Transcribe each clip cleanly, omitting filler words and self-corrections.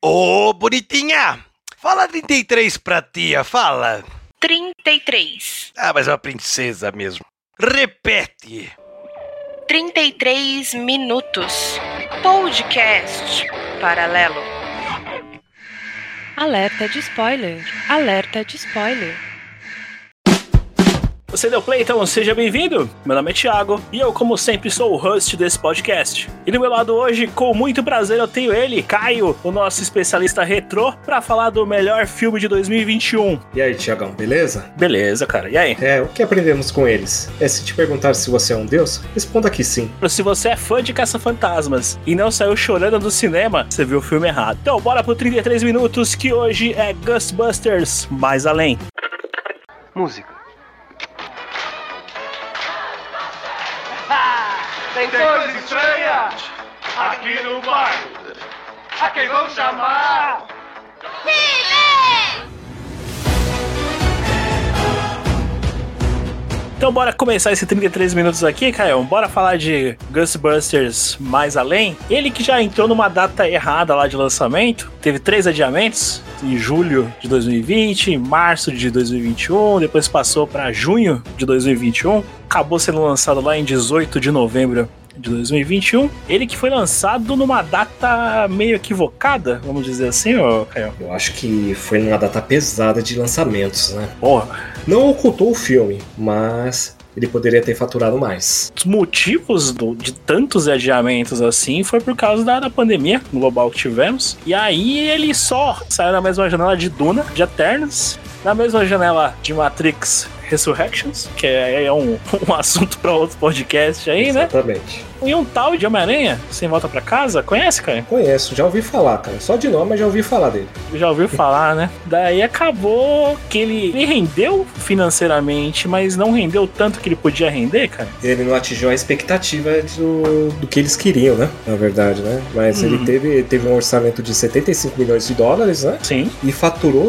Ô, bonitinha! Fala 33 pra tia, fala. 33. Ah, mas é uma princesa mesmo. Repete. 33 minutos. Podcast paralelo. Alerta de spoiler. Alerta de spoiler. Você deu play, então seja bem-vindo. Meu nome é Thiago e eu, como sempre, sou o host desse podcast. E do meu lado hoje, com muito prazer, eu tenho ele, Caio, o nosso especialista retrô, pra falar do melhor filme de 2021. E aí, Thiagão, beleza? Beleza, cara. E aí? O que aprendemos com eles? Se te perguntar se você é um deus, responda que sim. Se você é fã de Caça-Fantasmas e não saiu chorando do cinema, você viu o filme errado. Então bora pro 33 minutos, que hoje é Ghostbusters Mais Além. Música. Tem coisa estranha aqui no bairro. A quem vão chamar? Então bora começar esse 33 minutos aqui, Caio. Bora falar de Ghostbusters Mais Além. Ele que já entrou numa data errada lá de lançamento. Teve 3 adiamentos. Em julho de 2020, em março de 2021, depois passou para junho de 2021. Acabou sendo lançado lá em 18 de novembro de 2021. Ele que foi lançado numa data meio equivocada, vamos dizer assim, ô Caio? Eu acho que foi numa data pesada de lançamentos, né? Porra. Não ocultou o filme, mas ele poderia ter faturado mais. Os motivos de tantos adiamentos assim foi por causa da pandemia global que tivemos. E aí ele só saiu na mesma janela de Duna, de Eternos, na mesma janela de Matrix Resurrections, que é um assunto para outro podcast aí, Exatamente. Né? E um tal de Homem-Aranha, Sem Volta Pra Casa, conhece, cara? Conheço, já ouvi falar, cara. Só de nome, mas já ouvi falar dele. Já ouviu falar, né? Daí acabou que ele rendeu financeiramente, mas não rendeu tanto que ele podia render, cara. Ele não atingiu a expectativa do que eles queriam, né? Na verdade, né? Mas ele teve um orçamento de 75 milhões de dólares, né? Sim. E faturou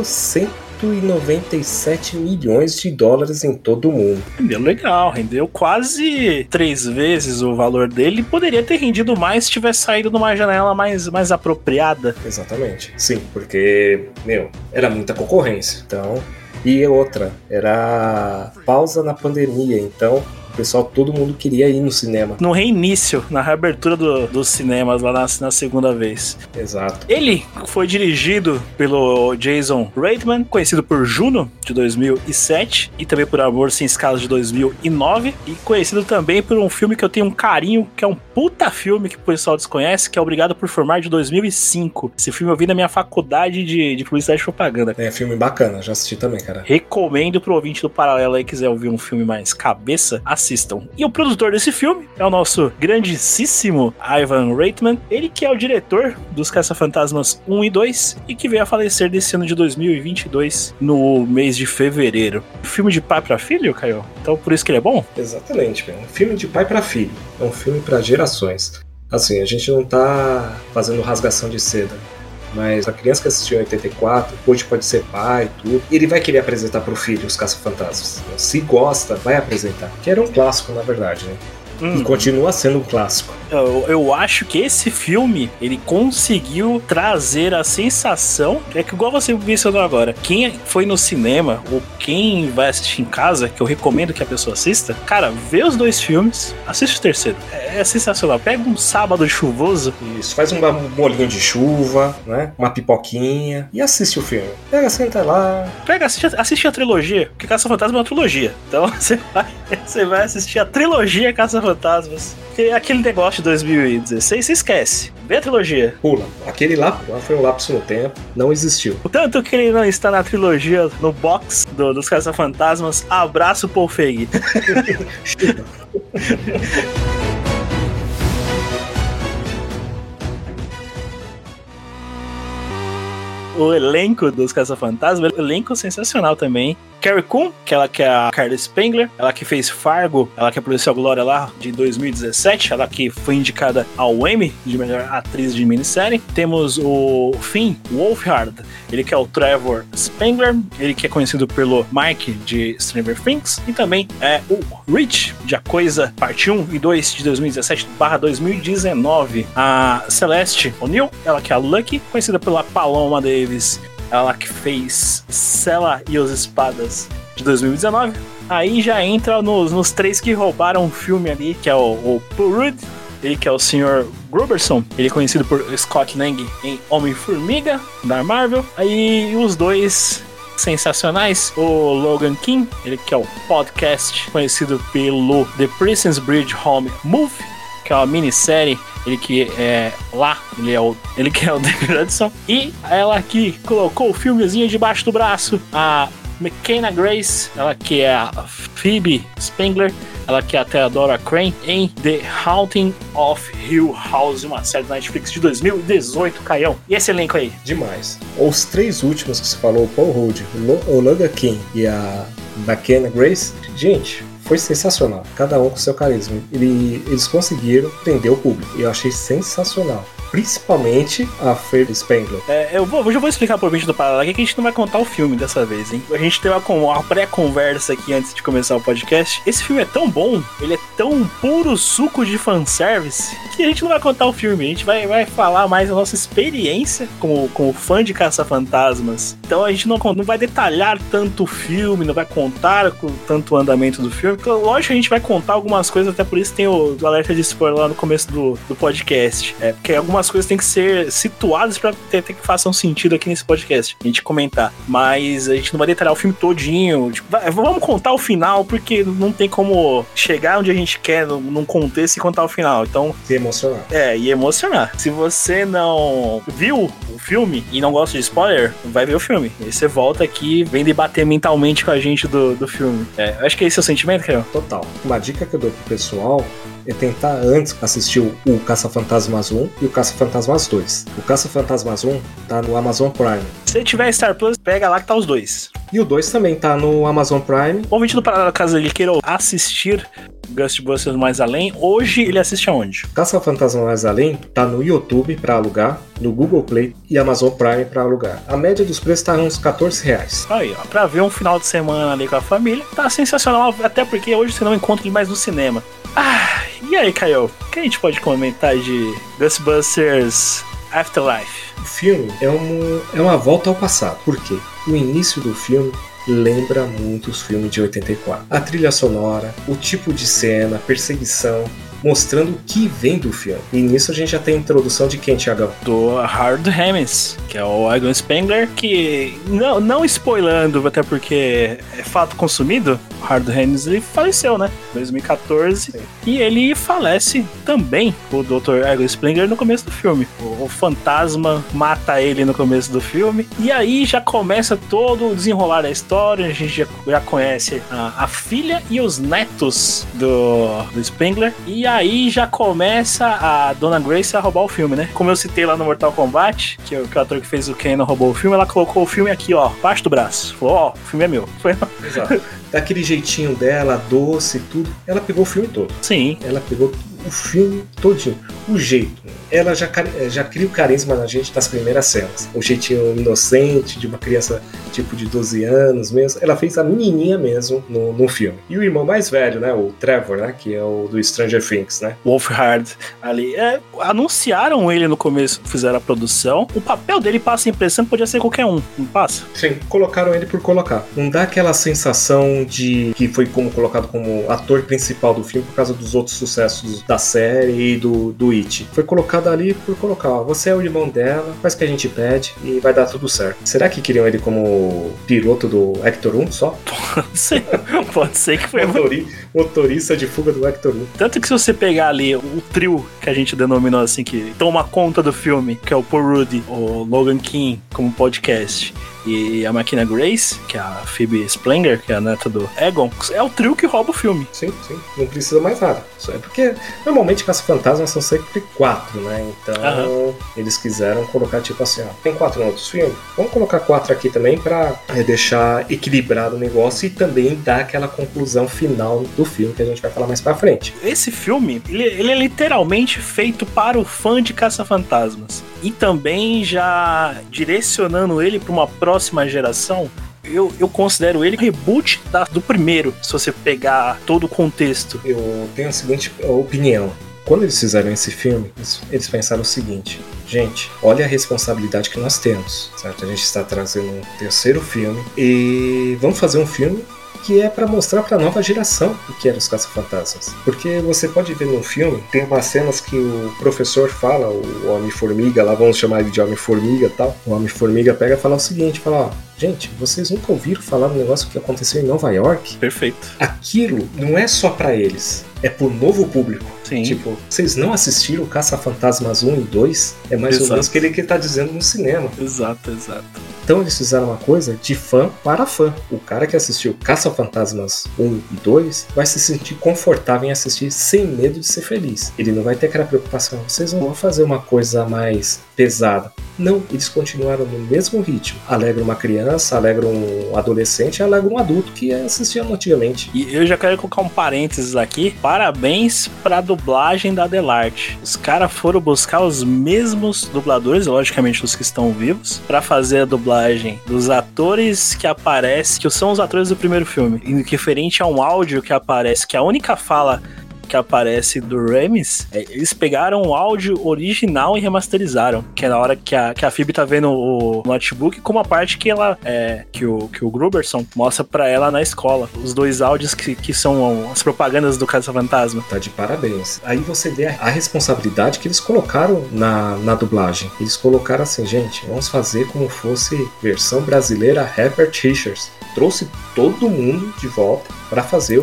197 milhões de dólares em todo o mundo. Rendeu legal, rendeu quase 3 vezes o valor dele. Poderia ter rendido mais se tivesse saído numa janela mais apropriada. Exatamente, sim, porque, era muita concorrência. Então, e outra, era pausa na pandemia, então o pessoal, todo mundo queria ir no cinema. No reinício, na reabertura dos cinemas, lá na segunda vez. Exato. Ele foi dirigido pelo Jason Reitman, conhecido por Juno, de 2007, e também por Amor Sem Escalas, de 2009, e conhecido também por um filme que eu tenho um carinho, que é um puta filme que o pessoal desconhece, que é Obrigado por Formar, de 2005. Esse filme eu vi na minha faculdade de publicidade e propaganda. É filme bacana, já assisti também, cara. Recomendo pro ouvinte do Paralelo aí, quiser ouvir um filme mais cabeça, assistam. E o produtor desse filme é o nosso grandíssimo Ivan Reitman, ele que é o diretor dos Caça-Fantasmas 1 e 2 e que veio a falecer desse ano de 2022, no mês de fevereiro. Filme de pai pra filho, Caio? Então por isso que ele é bom? Exatamente, um filme de pai pra filho, é um filme pra gerações. Assim, a gente não tá fazendo rasgação de seda, mas a criança que assistiu em 84, hoje pode ser pai, tudo, e ele vai querer apresentar pro filho os Caça-Fantasmas. Se gosta, vai apresentar. Que era um clássico, na verdade, né? E continua sendo um clássico. Eu acho que esse filme, ele conseguiu trazer a sensação, é que igual você mencionou agora, quem foi no cinema, ou quem vai assistir em casa, que eu recomendo que a pessoa assista, cara, vê os 2 filmes, assiste o terceiro. É sensacional. Pega um sábado chuvoso. Isso, faz um bolinho de chuva, né? Uma pipoquinha e assiste o filme. Pega, senta lá. Assiste a trilogia, porque Caça-Fantasma é uma trilogia. Então você vai assistir a trilogia Caça-Fantasmas. Porque aquele negócio de 2016, você esquece. Vê a trilogia. Pula. Aquele lá foi um lapso no tempo. Não existiu. O tanto que ele não está na trilogia, no box dos Caça-Fantasmas, abraço Paul Feig. O elenco dos Caça-Fantasmas, elenco sensacional também. Carrie Coon, ela que é a Carla Spengler, ela que fez Fargo, ela que é a Policial Glória lá de 2017, ela que foi indicada ao Emmy de melhor atriz de minissérie. Temos o Finn Wolfhard, ele que é o Trevor Spengler, ele que é conhecido pelo Mike de Stranger Things, e também é o Rich de A Coisa, parte 1 e 2 de 2017/2019. A Celeste O'Neill, ela que é a Lucky, conhecida pela Paloma Davis, ela que fez Sela e os Espadas de 2019. Aí já entra nos três que roubaram o filme ali, que é o Paul Rudd, ele que é o Sr. Gruberson, ele é conhecido por Scott Lang em Homem-Formiga, da Marvel. Aí os dois sensacionais, o Logan King, ele que é o podcast conhecido pelo The Prison's Bridge Home Movie, que é uma minissérie. Ele que é lá, ele que é o David Hudson. E ela que colocou o filmezinho debaixo do braço, a McKenna Grace, ela que é a Phoebe Spengler, ela que é a Theodora Crane em The Haunting of Hill House, uma série da Netflix de 2018, Caião. E esse elenco aí? Demais. Os três últimos que você falou, o Paul Rudd, o Logan King e a McKenna Grace, gente, foi sensacional. Cada um com seu carisma. Eles conseguiram prender o público. E eu achei sensacional. Principalmente a Phoebe Spengler. Eu já vou explicar pro vídeo do Paralelo que a gente não vai contar o filme dessa vez, hein? A gente teve uma pré-conversa aqui antes de começar o podcast. Esse filme é tão bom, ele é tão puro suco de fanservice, que a gente não vai contar o filme. A gente vai falar mais da nossa experiência como fã de Caça-Fantasmas. Então a gente não vai detalhar tanto o filme, não vai contar tanto o andamento do filme. Então, lógico que a gente vai contar algumas coisas, até por isso tem o alerta de spoiler lá no começo do podcast. Porque algumas coisas têm que ser situadas pra ter que façam sentido aqui nesse podcast, a gente comentar. Mas a gente não vai detalhar o filme todinho. Tipo, vamos contar o final, porque não tem como chegar onde a gente quer num contexto e contar o final. Então, E emocionar. e emocionar. Se você não viu o filme e não gosta de spoiler, vai ver o filme. E aí você volta aqui e vem debater mentalmente com a gente do filme. Eu acho que esse é o sentimento, Caio. Total. Uma dica que eu dou pro pessoal é tentar antes assistir o Caça-Fantasmas 1 e o Caça-Fantasmas 2. O Caça-Fantasmas 1 tá no Amazon Prime. Se tiver Star Plus, pega lá que tá os dois. E o 2 também tá no Amazon Prime. O ouvinte do Paralelo, caso ele queira assistir Ghostbusters Mais Além, hoje ele assiste aonde? Caça-Fantasmas Mais Além tá no YouTube pra alugar, no Google Play e Amazon Prime pra alugar. A média dos preços tá uns R$14. Aí, ó, pra ver um final de semana ali com a família, tá sensacional, até porque hoje você não encontra ele mais no cinema. E aí, Caio, o que a gente pode comentar de Ghostbusters Afterlife? O filme é uma volta ao passado. Por quê? O início do filme lembra muito os filmes de 84. A trilha sonora, o tipo de cena, perseguição, mostrando o que vem do filme. E nisso a gente já tem a introdução de quem, Thiagão? Do Harold Ramis, que é o Egon Spengler, que, não spoilando, até porque é fato consumido, o Harold Ramis ele faleceu, né? 2014. Sim. E ele falece também, o Dr. Egon Spengler, no começo do filme. O fantasma mata ele no começo do filme. E aí já começa todo o desenrolar da história. A gente já conhece a filha e os netos do Spengler. E aí já começa a Dona Grace a roubar o filme, né? Como eu citei lá no Mortal Kombat, que o ator que fez o Ken roubou o filme, ela colocou o filme aqui, ó, embaixo do braço. Falou, o filme é meu. Exato. Daquele jeitinho dela, doce e tudo, ela pegou o filme todo. Sim. Ela pegou o filme todinho. O jeito. Ela já cria o carisma na gente das primeiras cenas. O jeitinho inocente de uma criança tipo de 12 anos mesmo. Ela fez a menininha mesmo no filme. E o irmão mais velho, né? O Trevor, né? Que é o do Stranger Things, né? Wolfhard ali. Anunciaram ele no começo, fizeram a produção. O papel dele passa a impressão que podia ser qualquer um, não passa? Sim, colocaram ele por colocar. Não dá aquela sensação de que foi colocado como ator principal do filme por causa dos outros sucessos da série e do It. Foi colocado ali por colocar, ó, você é o irmão dela, faz o que a gente pede e vai dar tudo certo. Será que queriam ele como piloto do Hector 1 só? Pode ser que foi motorista de fuga do Hector 1. Tanto que se você pegar ali o trio que a gente denominou assim, que toma conta do filme, que é o Paul Rudd, o Logan King como podcast, e a McKenna Grace, que é a Phoebe Spengler, que é a neta do Egon, é o trio que rouba o filme. Sim, não precisa mais nada. Só é porque Normalmente Caça-Fantasmas são sempre 4, né? Então eles quiseram colocar tipo assim, tem 4 em outros filmes? Vamos colocar 4 aqui também pra deixar equilibrado o negócio e também dar aquela conclusão final do filme que a gente vai falar mais pra frente. Esse filme, ele é literalmente feito para o fã de Caça-Fantasmas. E também já direcionando ele para uma próxima geração, eu considero ele reboot do primeiro, se você pegar todo o contexto. Eu tenho a seguinte opinião. Quando eles fizeram esse filme, eles pensaram o seguinte: gente, olha a responsabilidade que nós temos, certo? A gente está trazendo um terceiro filme e vamos fazer um filme que é para mostrar para a nova geração o que eram os Caça-Fantasmas. Porque você pode ver no filme, tem umas cenas que o professor fala, o Homem-Formiga, lá vamos chamar ele de Homem-Formiga e tal. O Homem-Formiga pega e fala o seguinte, fala, gente, vocês nunca ouviram falar do negócio que aconteceu em Nova York? Perfeito. Aquilo não é só para eles, é pro novo público. Sim. Tipo, vocês não assistiram Caça-Fantasmas 1 e 2? É mais ou menos o que ele tá dizendo no cinema. Exato. Então eles fizeram uma coisa de fã para fã. O cara que assistiu Caça-Fantasmas 1 e 2 vai se sentir confortável em assistir sem medo de ser feliz. Ele não vai ter aquela preocupação, vocês não vão fazer uma coisa mais pesada. Não, eles continuaram no mesmo ritmo. Alegram uma criança, alegram um adolescente, alegram um adulto que assistia antigamente. E eu já quero colocar um parênteses aqui. Parabéns pra dublagem da Delarte. Os caras foram buscar os mesmos dubladores, logicamente os que estão vivos, pra fazer a dublagem dos atores que aparecem, que são os atores do primeiro filme. E referente a um áudio que aparece, que a única fala que aparece do Ramis, eles pegaram o áudio original e remasterizaram, que é na hora que a Phoebe tá vendo o notebook, com uma parte que ela que o Gruberson mostra pra ela na escola, os dois áudios que são as propagandas do Caça-Fantasma. Tá de parabéns. Aí você vê a responsabilidade que eles colocaram na dublagem. Eles colocaram assim, gente, vamos fazer como fosse versão brasileira Herbert Richards. Trouxe todo mundo de volta para fazer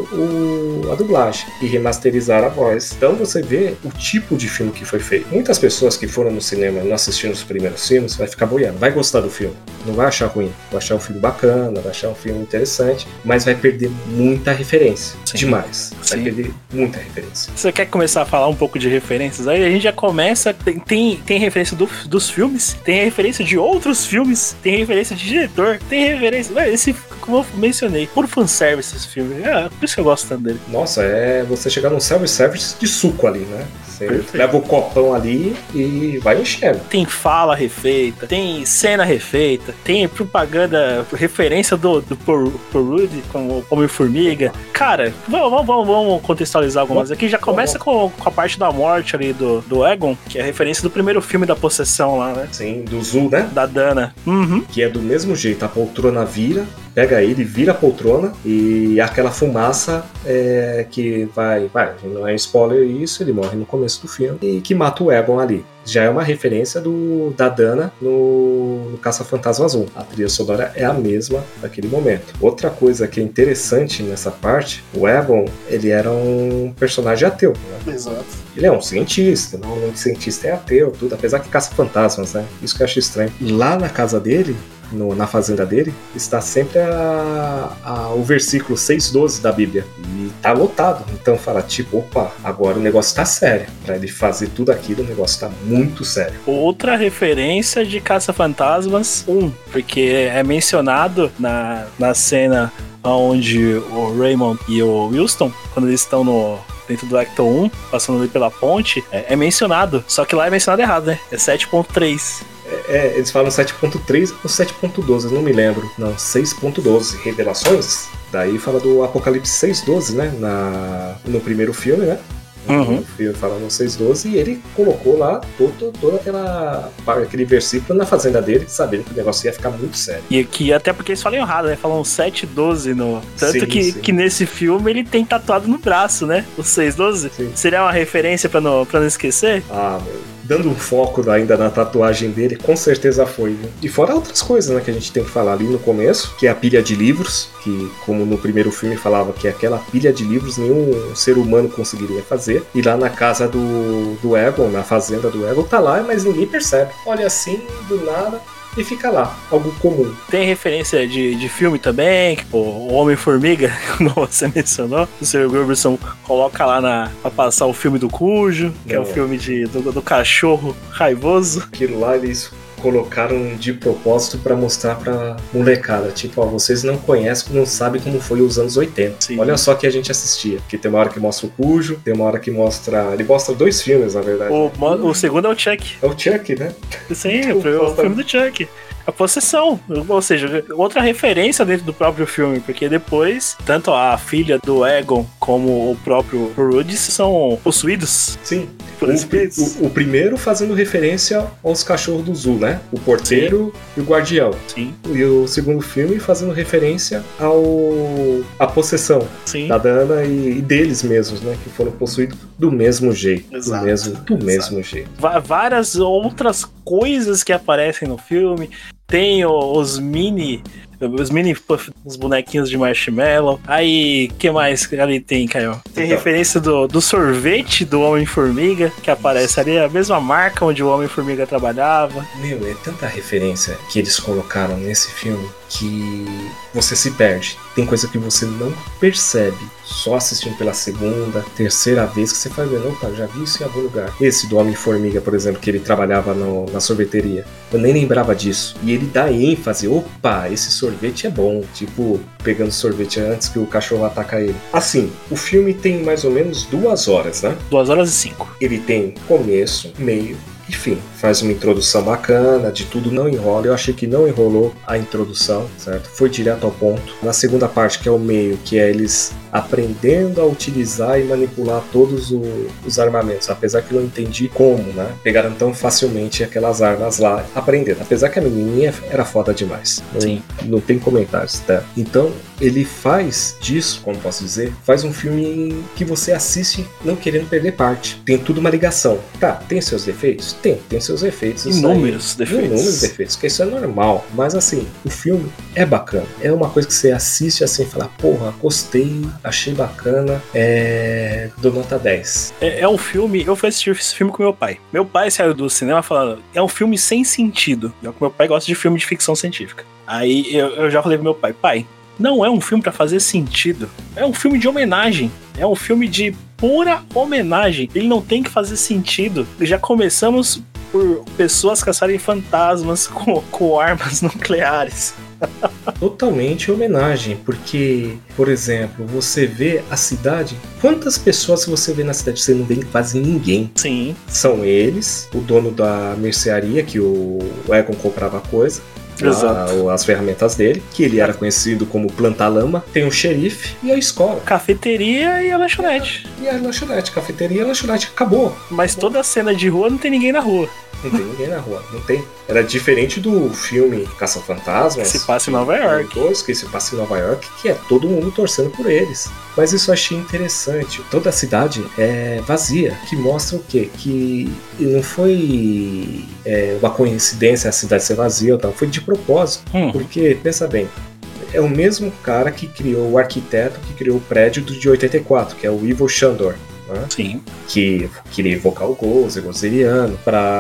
a dublagem e remasterizar a voz. Então você vê o tipo de filme que foi feito. Muitas pessoas que foram no cinema e não assistiram os primeiros filmes vai ficar boiando, vai gostar do filme, não vai achar ruim, vai achar um filme bacana, vai achar um filme interessante, mas vai perder muita referência. Sim. Demais. Vai perder muita referência. Você quer começar a falar um pouco de referências? Aí a gente já começa, tem referência dos filmes, tem referência de outros filmes, tem referência de diretor, tem referência... Esse, como eu mencionei, por fanservice esse filme. Por isso que eu gosto tanto dele. Nossa, você chegar num self-service de suco ali, né? Você leva o copão ali e vai enchendo. Tem fala refeita, tem cena refeita, tem propaganda, referência do Rudy com o Homem-Formiga. Cara, vamos contextualizar algumas aqui. Já começa com a parte da morte ali do Egon, que é a referência do primeiro filme da possessão lá, né? Sim, do Zu, né? Da Dana. Uhum. Que é do mesmo jeito, a poltrona pega ele, vira a poltrona e aquela fumaça que vai, não é spoiler isso, ele morre no começo do filme e que mata o Egon ali. Já é uma referência da Dana no Caça-Fantasmas 1. A trilha sonora é a mesma naquele momento. Outra coisa que é interessante nessa parte, o Egon, ele era um personagem ateu, né? Exato. Ele é um cientista, normalmente cientista é ateu, tudo, apesar que caça fantasmas, né? Isso que eu acho estranho. Lá na casa dele, na fazenda dele, está sempre o versículo 6:12 da Bíblia. E tá lotado. Então fala, tipo, opa, agora o negócio tá sério. Pra ele fazer tudo aquilo, o negócio tá muito sério. Outra referência de Caça-Fantasmas 1, porque é mencionado na cena onde o Raymond e o Wilson, quando eles estão dentro do Acto 1, passando ali pela ponte, é mencionado. Só que lá é mencionado errado, né? É 7.3. Eles falam 7.3 ou 7.12, não me lembro. Não, 6.12. Revelações? Daí fala do Apocalipse 6.12, né? No primeiro filme, né? Uhum. O filme fala no 6.12 e ele colocou lá todo aquele versículo na fazenda dele, sabendo que o negócio ia ficar muito sério. E que até porque eles falam errado, né? Falam 7.12 Tanto sim, que nesse filme ele tem tatuado no braço, né? O 6.12. Sim. Seria uma referência pra não esquecer? Ah, meu. Dando um foco ainda na tatuagem dele, com certeza foi, viu? E fora outras coisas, né, que a gente tem que falar ali no começo, que é a pilha de livros, que como no primeiro filme falava que aquela pilha de livros nenhum ser humano conseguiria fazer. E lá na casa do Egon, na fazenda do Egon, tá lá, mas ninguém percebe. Olha assim, do nada, e fica lá, algo comum. Tem referência de filme também, o Homem-Formiga, como você mencionou. O Sr. Gruberson coloca lá pra passar o filme do Cujo, que é o filme do cachorro raivoso. Aquilo lá eles colocaram de propósito pra mostrar pra molecada, tipo, ó, vocês não conhecem, não sabem como foi os anos 80. Sim. Olha só que a gente assistia, que tem uma hora que mostra o Cujo, tem uma hora que mostra... Ele mostra 2 filmes, na verdade. O segundo é o Chuck. É o Chuck, né? Sim, o filme do Chuck. A Possessão, ou seja, outra referência dentro do próprio filme, porque depois, tanto a filha do Egon como o próprio Rudy são possuídos. Sim. Por espíritos. O primeiro fazendo referência aos cachorros do Zoo, né? O porteiro e o guardião. Sim. E o segundo filme fazendo referência à possessão da Dana e deles mesmos, né? Que foram possuídos do mesmo jeito. Exato. Do mesmo jeito. Várias outras coisas que aparecem no filme. Tem os bonequinhos de marshmallow. Aí, o que mais ali tem, Caio? Tem referência do sorvete do Homem-Formiga, que aparece ali, a mesma marca onde o Homem-Formiga trabalhava. Meu, é tanta referência que eles colocaram nesse filme que você se perde. Tem coisa que você não percebe só assistindo pela segunda, terceira vez que você faz, opa, já vi isso em algum lugar. Esse do Homem-Formiga, por exemplo, que ele trabalhava na sorveteria. Eu nem lembrava disso. E ele dá ênfase, opa, esse sorvete é bom. Tipo, pegando sorvete antes que o cachorro ataca ele. Assim, o filme tem mais ou menos 2 horas, né? 2h05. Ele tem começo, meio e fim. Faz uma introdução bacana, de tudo, não enrola. Eu achei que não enrolou a introdução, certo? Foi direto ao ponto. Na segunda parte, que é o meio, que é eles aprendendo a utilizar e manipular todos os armamentos, apesar que eu não entendi como, né? Pegaram tão facilmente aquelas armas lá, aprendendo. Apesar que a menininha era foda demais. Sim. Não tem comentários, tá? Então, ele faz disso, como posso dizer, faz um filme que você assiste não querendo perder parte. Tem tudo uma ligação. Tá, tem seus defeitos? Tem seus defeitos. Inúmeros defeitos, que isso é normal. Mas assim, o filme é bacana. É uma coisa que você assiste assim e fala, porra, gostei, achei bacana, dou nota 10. É um filme, eu fui assistir esse filme com meu pai. Meu pai saiu do cinema falando, é um filme sem sentido. Meu pai gosta de filme de ficção científica. Aí eu já falei pro meu pai, não é um filme pra fazer sentido. É um filme de homenagem. É um filme de pura homenagem. Ele não tem que fazer sentido. Já começamos por pessoas caçarem fantasmas com armas nucleares. Totalmente homenagem, porque, por exemplo, você vê a cidade, quantas pessoas você vê na cidade? Você não vê quase ninguém. Sim. São eles, o dono da mercearia, que o Egon comprava coisa, exato, as ferramentas dele, que ele era conhecido como planta-lama. Tem o xerife e a escola. Cafeteria e a lanchonete. E a lanchonete, cafeteria e a lanchonete, acabou. Mas toda a cena de rua não tem ninguém na rua. Não tem ninguém na rua, não tem. Era diferente do filme Caça-Fantasmas. Que se passa em Nova York. Que se passa em Nova York, que é todo mundo torcendo por eles. Mas isso eu achei interessante. Toda a cidade é vazia, que mostra o quê? Que não foi uma coincidência a cidade ser vazia, não. Foi de propósito. Porque, pensa bem, é o mesmo cara que criou, o arquiteto que criou o prédio de 84, que é o Ivo Shandor. Né? Sim. Que queria evocar o Gozeriano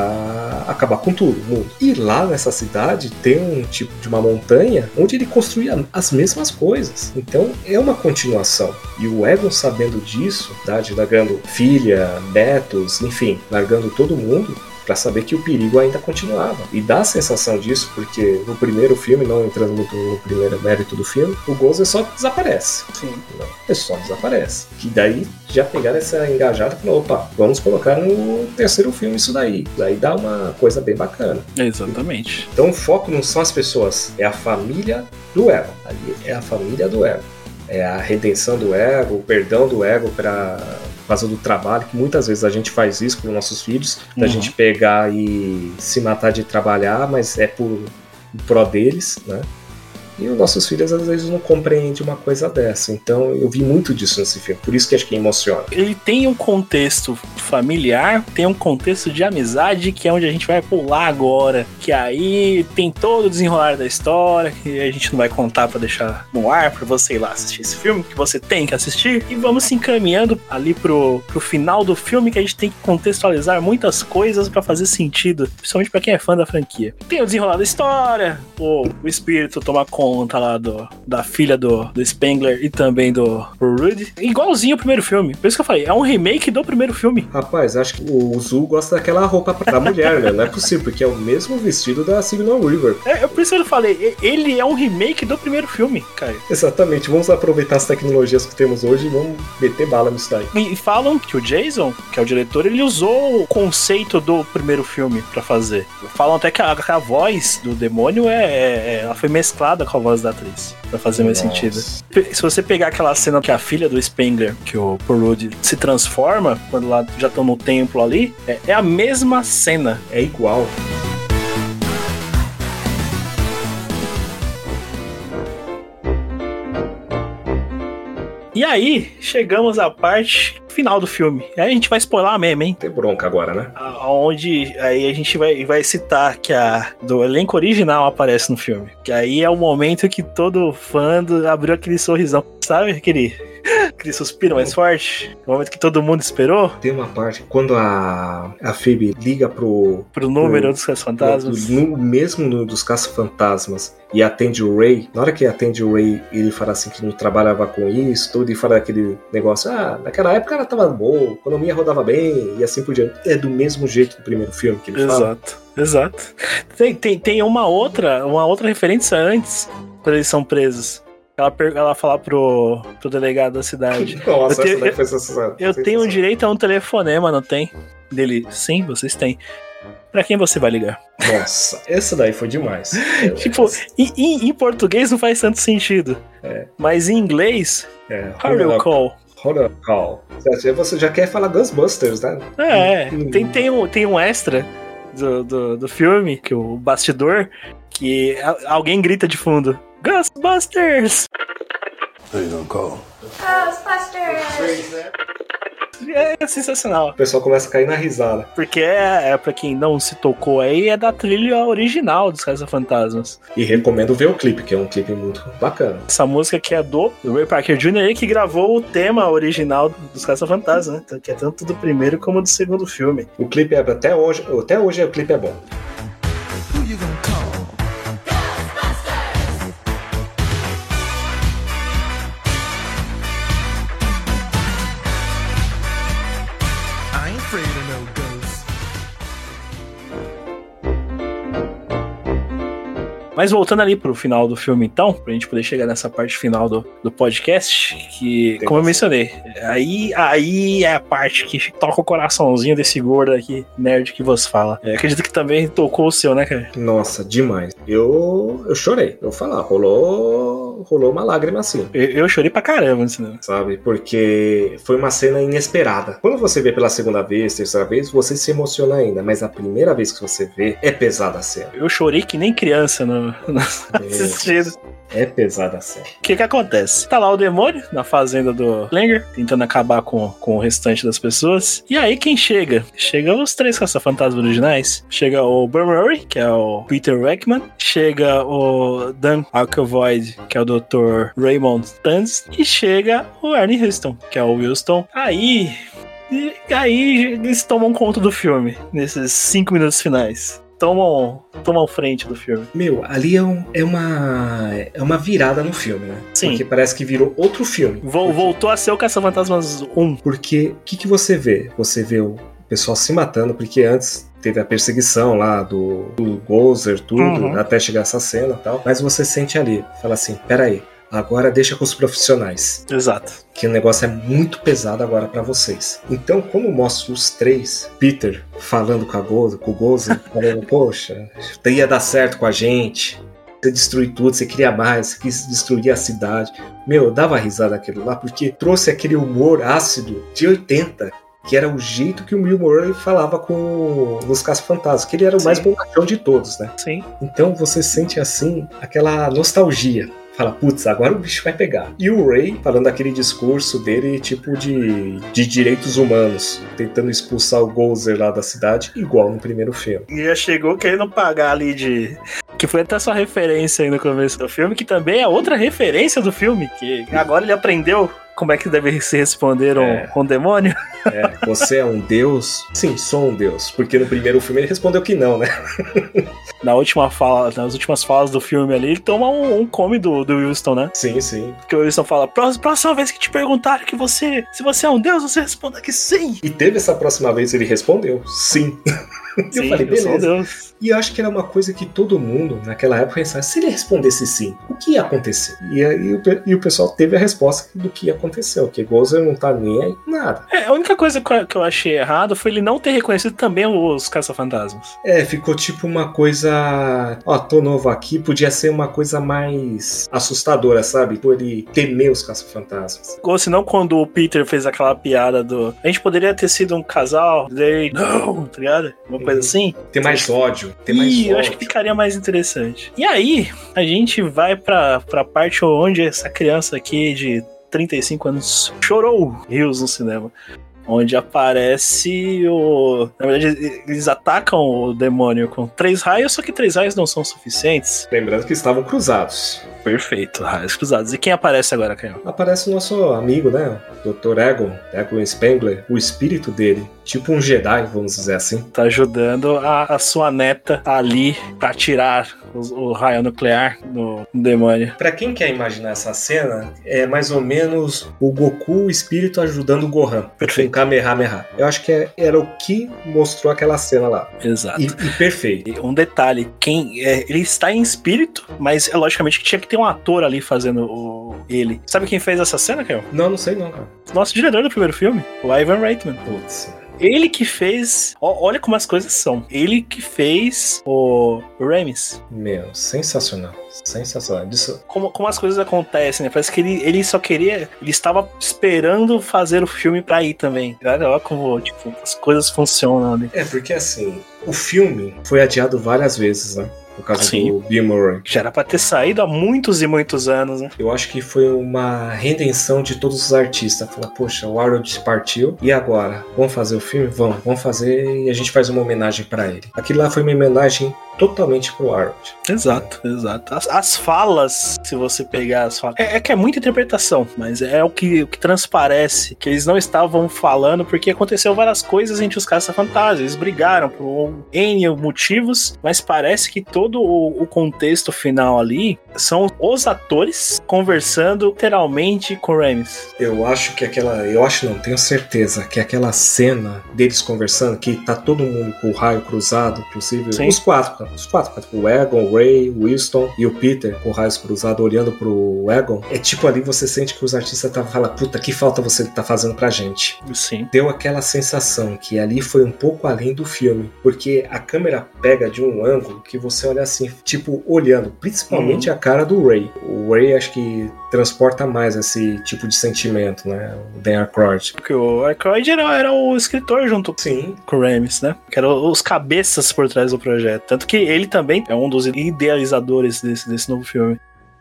pra acabar com tudo, o mundo. E lá nessa cidade tem um tipo de uma montanha onde ele construía as mesmas coisas. Então é uma continuação. E o Egon, sabendo disso, largando filha, netos, enfim, largando todo mundo, pra saber que o perigo ainda continuava. E dá a sensação disso, porque no primeiro filme, não entrando muito no primeiro mérito do filme, o Gozer só desaparece. Sim. Ele só desaparece. Que daí já pegaram essa engajada e falaram, opa, vamos colocar no terceiro filme isso daí. Daí dá uma coisa bem bacana. Exatamente. Então o foco não são as pessoas, é a família do Egon. Ali é a família do Egon. É a redenção do ego, o perdão do ego por causa do trabalho, que muitas vezes a gente faz isso com nossos filhos, da gente pegar e se matar de trabalhar, mas é por pró deles, né? E os nossos filhos às vezes não compreendem uma coisa dessa. Então eu vi muito disso nesse filme, por isso que acho que emociona. Ele tem um contexto familiar, tem um contexto de amizade, que é onde a gente vai pular agora. Que aí tem todo o desenrolar da história, que a gente não vai contar pra deixar no ar, pra você ir lá assistir esse filme, que você tem que assistir. E vamos se encaminhando ali pro final do filme, que a gente tem que contextualizar muitas coisas pra fazer sentido, principalmente pra quem é fã da franquia. Tem o desenrolar da história, o espírito tomar conta lá da filha do Spengler e também do Rudy. Igualzinho ao primeiro filme. Por isso que eu falei, é um remake do primeiro filme. Rapaz, acho que o Zu gosta daquela roupa pra mulher, né? Não é possível, porque é o mesmo vestido da Signal River. Por isso que eu falei, ele é um remake do primeiro filme, Caio. Exatamente, vamos aproveitar as tecnologias que temos hoje e vamos meter bala nisso daí. E falam que o Jason, que é o diretor, ele usou o conceito do primeiro filme pra fazer. Falam até que a voz do demônio ela foi mesclada com a voz da atriz, pra fazer mais sentido. Se você pegar aquela cena que a filha do Spengler, que o Rudy se transforma, quando lá já estão no templo ali, é a mesma cena. É igual. E aí, chegamos à parte final do filme. E aí a gente vai spoiler mesmo, hein? Tem bronca agora, né? Onde aí a gente vai citar que do elenco original aparece no filme. Que aí é o momento que todo fã abriu aquele sorrisão. Sabe aquele suspiro mais forte? O momento que todo mundo esperou? Tem uma parte, quando a Phoebe liga pro número dos caça-fantasmas. Mesmo no dos caça-fantasmas, e atende o Ray. Na hora que atende o Ray, ele fala assim que não trabalhava com isso, tudo, e fala aquele negócio, naquela época ela tava boa, a economia rodava bem, e assim por diante. É do mesmo jeito do primeiro filme que ele fala. Exato. Tem uma outra referência antes, quando eles são presos. Ela fala pro delegado da cidade. Nossa, essa daí foi sensacional. Eu tenho direito a um telefonema, não tem? Dele, sim, vocês têm. Pra quem você vai ligar? Nossa, essa daí foi demais. Tipo, em português não faz tanto sentido. Mas em inglês, how do you call? Hold up, call. Você já quer falar Ghostbusters, né? Tem um extra do filme, que o bastidor, que alguém grita de fundo, Ghostbusters! How you gonna call? Ghostbusters! É sensacional. O pessoal começa a cair na risada. Porque pra quem não se tocou aí, é da trilha original dos Caça-Fantasmas. E recomendo ver o clipe, que é um clipe muito bacana. Essa música que é do Ray Parker Jr., ele que gravou o tema original dos Caça-Fantasmas, né? Que é tanto do primeiro como do segundo filme. O clipe até hoje o clipe é bom. Who you gonna call? Mas voltando ali pro final do filme, então, pra gente poder chegar nessa parte final do podcast, que, como eu mencionei, aí é a parte que toca o coraçãozinho desse gordo aqui, nerd que vos fala. Acredito que também tocou o seu, né, cara? Nossa, demais. Eu chorei. Eu vou falar, rolou uma lágrima assim. Eu chorei pra caramba no cinema. Sabe? Porque foi uma cena inesperada. Quando você vê pela segunda vez, terceira vez, você se emociona ainda. Mas a primeira vez que você vê, é pesada a cena. Eu chorei que nem criança assistindo. É pesada a cena. O que acontece? Tá lá o demônio na fazenda do Langer, tentando acabar com o restante das pessoas. E aí quem chega? Chega os três caça-fantasmas originais. Chega o Bill Murray, que é o Peter Weckman. Chega o Dan Aykroyd, que é o Dr. Raymond Tanz. E chega o Ernie Huston, que é o Wilson. Aí eles tomam conta do filme, nesses 5 minutos finais. Tomam frente do filme. Meu, ali é uma virada no filme, né? Sim. Porque parece que virou outro filme. Voltou a ser o Caça-Fantasmas 1. Porque o que você vê? Você vê o pessoal se matando, porque antes teve a perseguição lá do Gozer, tudo, até chegar essa cena e tal. Mas você sente ali, fala assim, peraí, agora deixa com os profissionais. Exato. Que o negócio é muito pesado agora pra vocês. Então, como mostra os três, Peter falando com o Gozer, falando, poxa, ia dar certo com a gente, você destruiu tudo, você queria mais, você quis destruir a cidade. Meu, eu dava risada aquilo lá, porque trouxe aquele humor ácido de 80, que era o jeito que o Bill Murray falava com os Caça-Fantasmas, que ele era o mais bonachão de todos, né? Sim. Então você sente assim aquela nostalgia. Fala, putz, agora o bicho vai pegar. E o Ray falando aquele discurso dele, tipo de direitos humanos, tentando expulsar o Gozer lá da cidade, igual no primeiro filme. E já chegou querendo pagar ali de... Que foi até sua referência aí no começo do filme, que também é outra referência do filme, que agora ele aprendeu como é que deve se responder um demônio. Você é um deus? Sim, sou um deus. Porque no primeiro filme ele respondeu que não, né? Nas últimas falas do filme ali, ele toma um come do Wilson, né? Sim, sim. Porque o Wilson fala, próxima vez que te perguntarem se você é um deus, você responda que sim. E teve essa próxima vez, ele respondeu sim. E eu falei, beleza. E eu acho que era uma coisa que todo mundo, naquela época, pensava, se ele respondesse sim, o que ia acontecer? E o pessoal teve a resposta do que aconteceu, que Gozer não tá nem aí, nada. A única coisa que eu achei errado foi ele não ter reconhecido também os Caça-Fantasmas. Ficou tipo uma coisa... tô novo aqui, podia ser uma coisa mais assustadora, sabe? Por ele temer os Caça-Fantasmas. Ou senão, quando o Peter fez aquela piada do... A gente poderia ter sido um casal, não, tá ligado? Uma coisa assim. Tem mais ódio. Eu acho que ficaria mais interessante. E aí, a gente vai pra parte onde essa criança aqui de 35 anos chorou rios no cinema. Onde aparece Na verdade, eles atacam o demônio com 3 raios, só que 3 raios não são suficientes. Lembrando que estavam cruzados. Perfeito, raios cruzados. E quem aparece agora, Caio? Aparece o nosso amigo, né? Dr. Egon Spengler, o espírito dele. Tipo um Jedi, vamos dizer assim. Tá ajudando a sua neta ali pra tirar o raio nuclear no demônio. Pra quem quer imaginar essa cena, é mais ou menos o Goku, o espírito, ajudando o Gohan. Perfeito. Com Kamehameha. Eu acho que era o que mostrou aquela cena lá. Exato. E perfeito. E um detalhe, ele está em espírito, mas é logicamente que tinha que ter um ator ali fazendo ele. Sabe quem fez essa cena, Caio? Não sei não, cara. Nosso diretor do primeiro filme, o Ivan Reitman. Putz. Ele que fez... Olha como as coisas são. Ele que fez o Ramis. Meu, sensacional. Sensacional. Como as coisas acontecem, né? Parece que ele só queria... Ele estava esperando fazer o filme pra ir também. Olha como, tipo, as coisas funcionam ali. Porque assim, o filme foi adiado várias vezes, né? Por causa do Bill Murray. Já era pra ter saído há muitos e muitos anos, né? Eu acho que foi uma redenção de todos os artistas. Falar, poxa, o Harold partiu, e agora? Vamos fazer o filme? Vamos fazer, e a gente faz uma homenagem pra ele. Aquilo lá foi uma homenagem totalmente pro Harold. Exato. As falas, se você pegar as falas... que é muita interpretação, mas é o que transparece, que eles não estavam falando, porque aconteceu várias coisas entre os Caça-Fantasmas. Eles brigaram por N motivos, mas parece que todo o contexto final ali são os atores conversando literalmente com o Ramis. Eu acho que tenho certeza que aquela cena deles conversando, que tá todo mundo com o raio cruzado, inclusive os quatro, o Egon, o Ray, o Winston e o Peter com raios cruzados olhando pro Egon, é tipo ali você sente que os artistas falando, puta, que falta você tá fazendo pra gente. Sim. Deu aquela sensação que ali foi um pouco além do filme, porque a câmera pega de um ângulo que você olha assim, tipo, olhando, principalmente a cara do Ray. O Ray acho que transporta mais esse tipo de sentimento, né? O Dan Aykroyd. Porque o Aykroyd era o escritor junto com o Ramis, né? Que eram os cabeças por trás do projeto. Tanto que ele também é um dos idealizadores desse novo filme.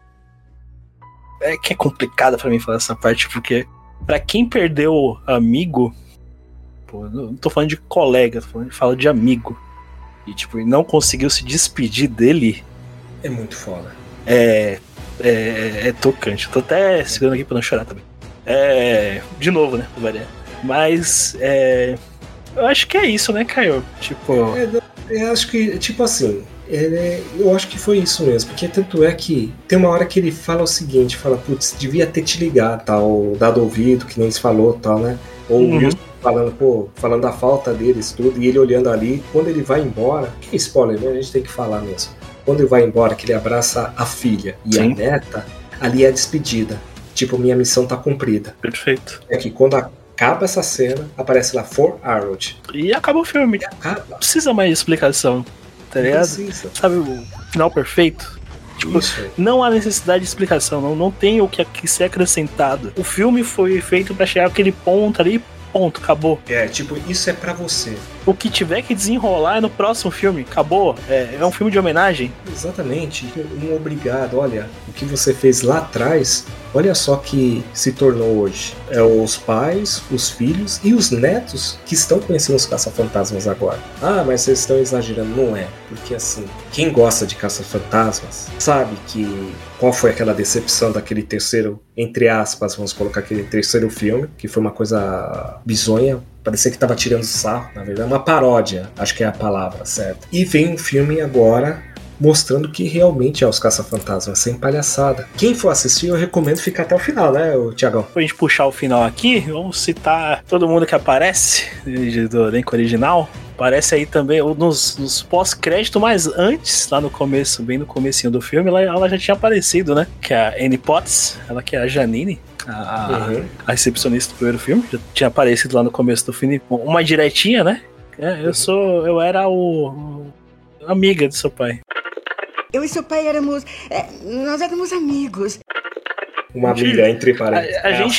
É que é complicado pra mim falar essa parte, porque pra quem perdeu amigo, pô, não tô falando de colega, falo de amigo, e tipo, não conseguiu se despedir dele, é muito foda. É tocante. Eu tô até segurando aqui pra não chorar também. De novo, né? Mas eu acho que é isso, né, Caio? Tipo... Eu acho que, tipo assim, eu acho que foi isso mesmo, porque tanto é que tem uma hora que ele fala o seguinte, fala, putz, devia ter te ligado, tal, dado ouvido, que nem se falou, tal, né? Ou o Wilson falando da falta deles, tudo, e ele olhando ali, quando ele vai embora, que spoiler, né? A gente tem que falar mesmo. Quando ele vai embora, que ele abraça a filha e a neta, ali é a despedida. Tipo, minha missão tá cumprida. Perfeito. É que quando acaba essa cena, aparece lá For Harold. E acaba o filme. Não precisa mais de explicação, tá ligado? Precisa. Sabe o final perfeito? Tipo, não há necessidade de explicação, não tem o que ser acrescentado. O filme foi feito pra chegar àquele ponto ali, Ponto, acabou. Tipo, isso é pra você. O que tiver que desenrolar é no próximo filme, acabou. É um filme de homenagem. Exatamente. Um obrigado. Olha, o que você fez lá atrás, olha só que se tornou hoje. É os pais, os filhos e os netos que estão conhecendo os caça-fantasmas agora. Ah, mas vocês estão exagerando. Não é. Porque assim, quem gosta de caça-fantasmas sabe que qual foi aquela decepção daquele terceiro, entre aspas, vamos colocar aquele terceiro filme, que foi uma coisa bizonha. Parecia que tava tirando sarro, na verdade, uma paródia, acho que é a palavra certa. E vem um filme agora mostrando que realmente é os caça-fantasmas, sem palhaçada. Quem for assistir, eu recomendo ficar até o final, né, Thiagão? Pra gente puxar o final aqui, vamos citar todo mundo que aparece do elenco original. Aparece aí também nos pós-crédito, mas antes, lá no começo, bem no comecinho do filme, ela já tinha aparecido, né? Que é a Annie Potts, ela que é a Janine. A recepcionista do primeiro filme, já tinha aparecido lá no começo do filme, uma diretinha, né? Eu era amiga do seu pai. Eu e seu pai nós éramos amigos. Uma amiga, entre parênteses.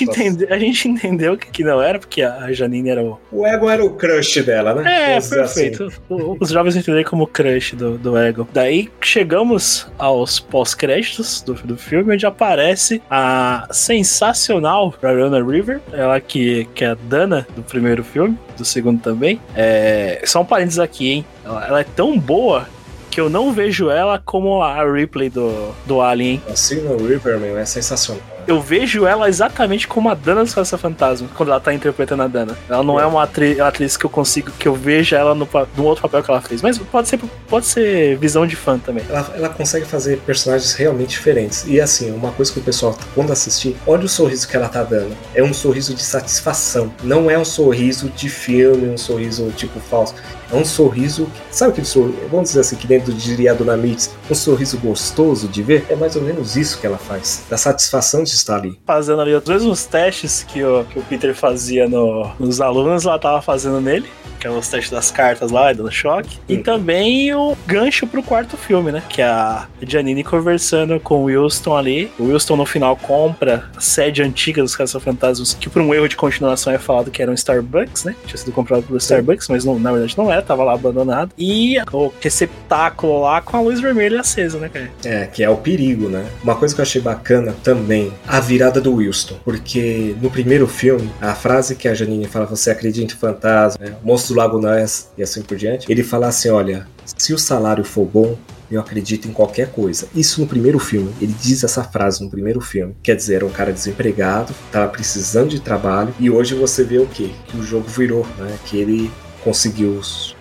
A gente entendeu que não era, porque a Janine era o Ego era o crush dela, né? Perfeito. Assim. Os jovens entenderam como crush do Ego. Daí chegamos aos pós-créditos do filme, onde aparece a sensacional Winona Ryder, ela que é a Dana do primeiro filme, do segundo também. Só um parênteses aqui, hein? Ela é tão boa que eu não vejo ela como a Ripley do Alien, hein? A Sigourney Weaver, meu, é sensacional. Eu vejo ela exatamente como a Dana dos Caça-Fantasmas, quando ela tá interpretando a Dana. Ela não é uma atriz que eu veja ela no outro papel que ela fez. Mas pode ser visão de fã também. Ela consegue fazer personagens realmente diferentes. E assim, uma coisa que o pessoal, quando assistir, olha o sorriso que ela tá dando. É um sorriso de satisfação. Não é um sorriso de filme, um sorriso tipo falso. É um sorriso, sabe aquele sorriso, vamos dizer assim, que dentro diria a Dona Mix, um sorriso gostoso de ver? É mais ou menos isso que ela faz, da satisfação de estar ali. Fazendo ali os mesmos testes que o Peter fazia nos alunos, ela tava fazendo nele, que é os testes das cartas lá, dando choque. E também o gancho pro quarto filme, né? Que é a Janine conversando com o Wilson ali. O Wilson no final compra a sede antiga dos Caça-Fantasmas, que por um erro de continuação é falado que era um Starbucks, né? Tinha sido comprado pelo Starbucks, mas não, na verdade não era, tava lá abandonado. E o receptáculo lá com a luz vermelha acesa, né, cara? Que é o perigo, né? Uma coisa que eu achei bacana também, a virada do Wilson. Porque no primeiro filme, a frase que a Janine fala, você acredita em fantasma, né? Monstro do Lago Ness e assim por diante, ele fala assim, olha, se o salário for bom, eu acredito em qualquer coisa. Isso no primeiro filme, ele diz essa frase no primeiro filme. Quer dizer, era um cara desempregado, tava precisando de trabalho, e hoje você vê o quê? Que o jogo virou, né? Que ele conseguiu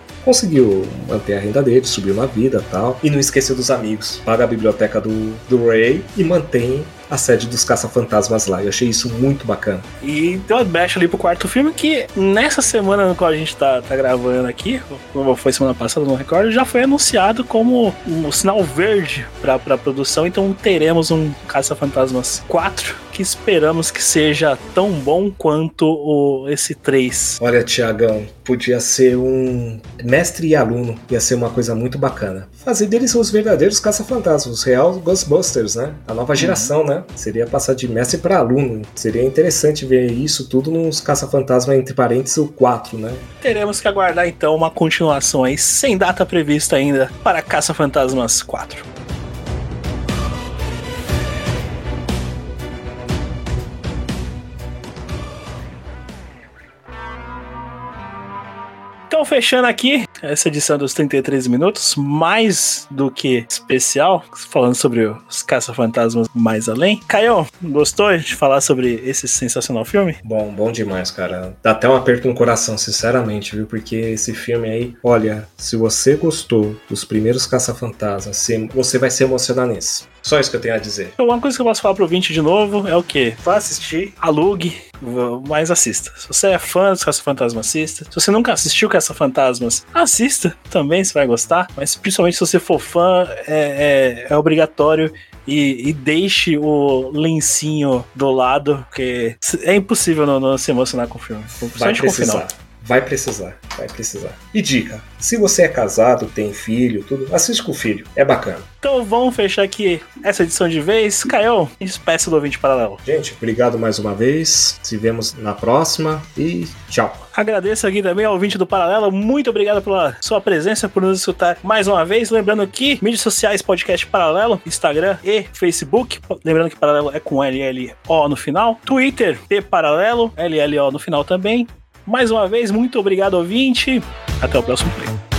manter a renda dele, subiu na vida e tal, e não esqueceu dos amigos, paga a biblioteca do Ray e mantém a sede dos Caça-Fantasmas lá. Eu achei isso muito bacana. E deu uma brecha ali pro quarto filme, que nessa semana no qual a gente tá gravando aqui, como foi semana passada, não recordo, já foi anunciado como um sinal verde pra produção, então teremos um Caça-Fantasmas 4, que esperamos que seja tão bom quanto esse 3. Olha, Thiagão, podia ser um mestre e aluno, ia ser uma coisa muito bacana. Fazer deles os verdadeiros Caça-Fantasmas, os real Ghostbusters, né? A nova geração, né? Seria passar de mestre para aluno. Seria interessante ver isso tudo nos Caça-Fantasma, entre parênteses, o 4, né? Teremos que aguardar então uma continuação aí, sem data prevista ainda, para Caça-Fantasmas 4. Então, fechando aqui essa edição dos 33 minutos, mais do que especial, falando sobre os Caça-Fantasmas mais além. Caio, gostou de falar sobre esse sensacional filme? Bom demais, cara. Dá até um aperto no coração, sinceramente, viu? Porque esse filme aí, olha, se você gostou dos primeiros Caça-Fantasmas, você vai se emocionar nesse. Só isso que eu tenho a dizer. Então, uma coisa que eu posso falar pro ouvinte de novo é o quê? Vá assistir, alugue, mas assista. Se você é fã dos Caça-Fantasmas, assista. Se você nunca assistiu Caça-Fantasmas, assista também, você vai gostar. Mas principalmente se você for fã, é obrigatório. E deixe o lencinho do lado, porque é impossível não se emocionar com o filme. Vai precisar. Vai precisar. E dica, se você é casado, tem filho, tudo, assiste com o filho, é bacana. Então vamos fechar aqui essa edição de vez. Caião, espécie do ouvinte paralelo. Gente, obrigado mais uma vez, se vemos na próxima e tchau. Agradeço aqui também ao ouvinte do Paralelo, muito obrigado pela sua presença, por nos escutar mais uma vez. Lembrando que mídias sociais, podcast Paralelo, Instagram e Facebook. Lembrando que Paralelo é com LLO no final. Twitter, Paralelo, LLO no final também. Mais uma vez, muito obrigado, ouvinte. Até o próximo play.